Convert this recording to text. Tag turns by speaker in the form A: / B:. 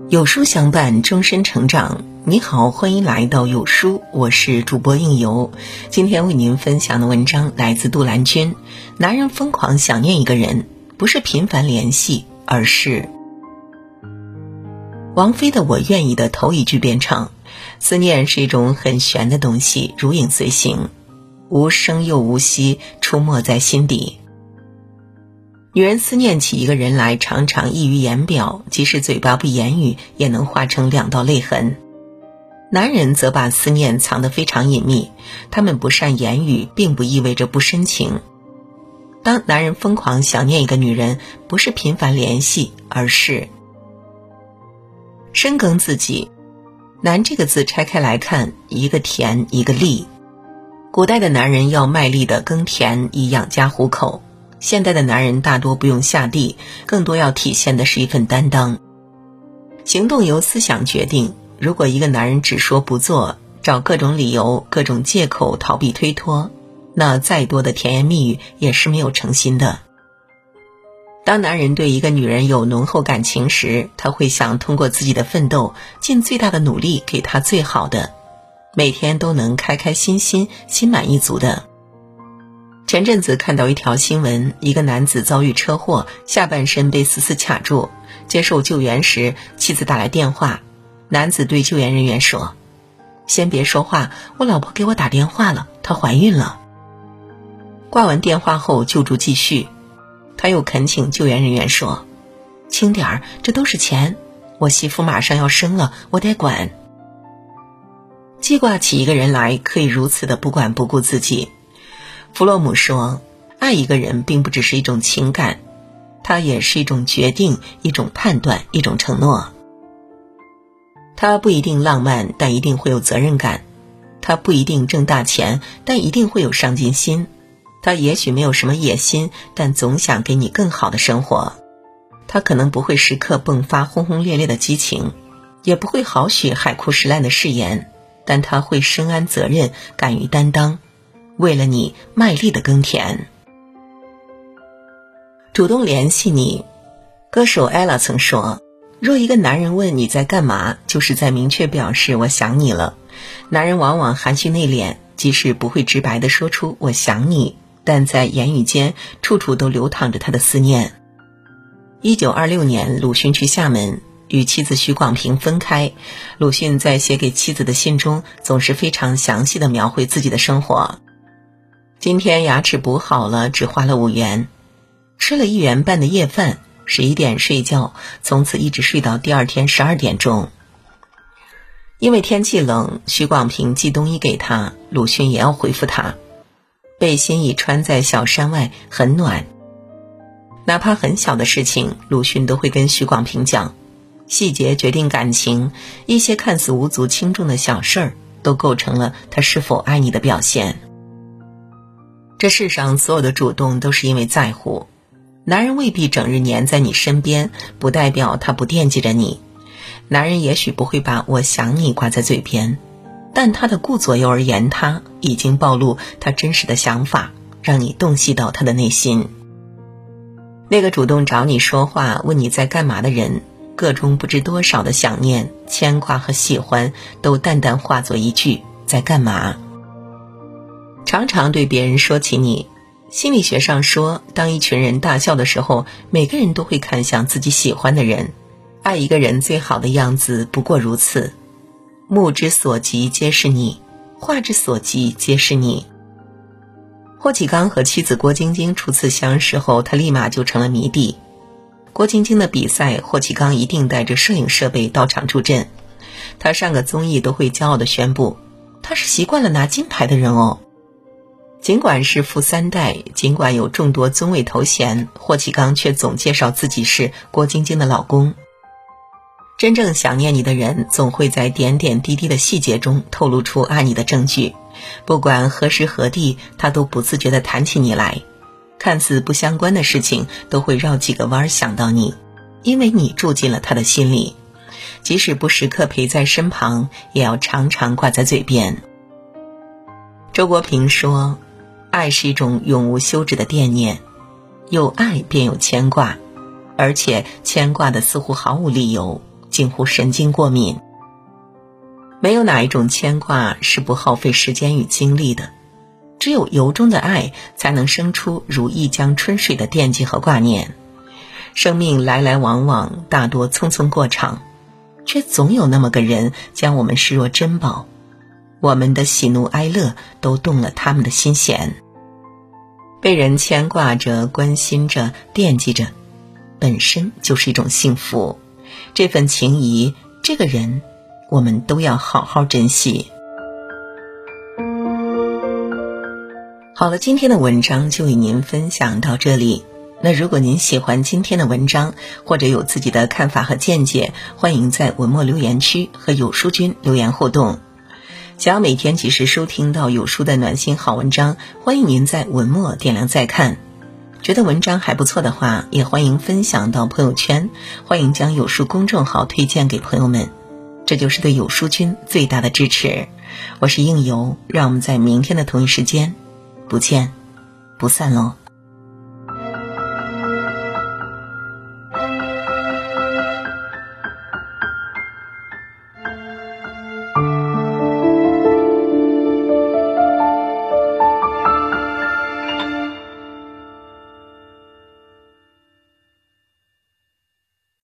A: 有书相伴，终身成长。你好，欢迎来到有书，我是主播应由。今天为您分享的文章来自杜兰君。男人疯狂想念一个人，不是频繁联系，而是王菲的《我愿意》的头一句便唱：思念是一种很玄的东西，如影随形，无声又无息，出没在心底。女人思念起一个人来，常常溢于言表，即使嘴巴不言语，也能化成2道泪痕。男人则把思念藏得非常隐秘，他们不善言语，并不意味着不深情。当男人疯狂想念一个女人，不是频繁联系，而是深耕自己。难这个字拆开来看，一个田，一个力。古代的男人要卖力地耕田，以养家糊口。现代的男人大多不用下地，更多要体现的是一份担当。行动由思想决定，如果一个男人只说不做，找各种理由、各种借口逃避推脱，那再多的甜言蜜语也是没有诚心的。当男人对一个女人有浓厚感情时，他会想通过自己的奋斗，尽最大的努力给她最好的，每天都能开开心心、心满意足的。前阵子看到一条新闻，一个男子遭遇车祸，下半身被死死卡住，接受救援时，妻子打来电话，男子对救援人员说：先别说话，我老婆给我打电话了，她怀孕了。挂完电话后，救助继续，他又恳请救援人员说：轻点儿，这都是钱，我媳妇马上要生了，我得管。记挂起一个人来，可以如此的不管不顾自己。弗洛姆说，爱一个人并不只是一种情感，它也是一种决定，一种判断，一种承诺。它不一定浪漫，但一定会有责任感。它不一定挣大钱，但一定会有上进心。它也许没有什么野心，但总想给你更好的生活。它可能不会时刻迸发轰轰烈烈的激情，也不会豪许海枯石烂的誓言，但它会深谙责任，敢于担当，为了你卖力的耕田。主动联系你。歌手 Ella 曾说，若一个男人问你在干嘛，就是在明确表示我想你了。男人往往含蓄内敛，即使不会直白地说出我想你，但在言语间处处都流淌着他的思念。1926年，鲁迅去厦门与妻子许广平分开，鲁迅在写给妻子的信中总是非常详细地描绘自己的生活。今天牙齿补好了，只花了5元，吃了1元半的夜饭，11点睡觉，从此一直睡到第二天12点钟。因为天气冷，许广平寄冬衣给他，鲁迅也要回复他。背心已穿在小衫外，很暖。哪怕很小的事情，鲁迅都会跟许广平讲，细节决定感情，一些看似无足轻重的小事儿，都构成了他是否爱你的表现。这世上所有的主动都是因为在乎。男人未必整日黏在你身边，不代表他不惦记着你。男人也许不会把我想你挂在嘴边，但他的顾左右而言他，已经暴露他真实的想法，让你洞悉到他的内心。那个主动找你说话，问你在干嘛的人，个中不知多少的想念、牵挂和喜欢，都淡淡化作一句在干嘛。常常对别人说起你，心理学上说，当一群人大笑的时候，每个人都会看向自己喜欢的人。爱一个人最好的样子不过如此，目之所及皆是你，画之所及皆是你。霍启刚和妻子郭晶晶初次相识后，他立马就成了迷弟。郭晶晶的比赛，霍启刚一定带着摄影设备到场助阵。他上个综艺都会骄傲地宣布，他是习惯了拿金牌的人哦。尽管是富3代，尽管有众多宗位头衔，霍启刚却总介绍自己是郭晶晶的老公。真正想念你的人，总会在点点滴滴的细节中透露出爱你的证据。不管何时何地，他都不自觉地谈起你来。看似不相关的事情，都会绕几个弯想到你，因为你住进了他的心里。即使不时刻陪在身旁，也要常常挂在嘴边。周国平说，爱是一种永无休止的惦念，有爱便有牵挂，而且牵挂的似乎毫无理由， 近乎神经过敏。没有哪一种牵挂是不耗费时间与精力的，只有由衷的爱才能生出如一江春水的惦记和挂念。生命来来往往，大多匆匆过场，却总有那么个人将我们视若珍宝，我们的喜怒哀乐都动了他们的心弦。被人牵挂着，关心着，惦记着，本身就是一种幸福。这份情谊，这个人，我们都要好好珍惜。好了，今天的文章就与您分享到这里。那如果您喜欢今天的文章，或者有自己的看法和见解，欢迎在文末留言区和有书君留言互动。想要每天及时收听到有书的暖心好文章，欢迎您在文末点亮再看。觉得文章还不错的话，也欢迎分享到朋友圈，欢迎将有书公众号推荐给朋友们，这就是对有书君最大的支持。我是应由，让我们在明天的同一时间不见不散喽。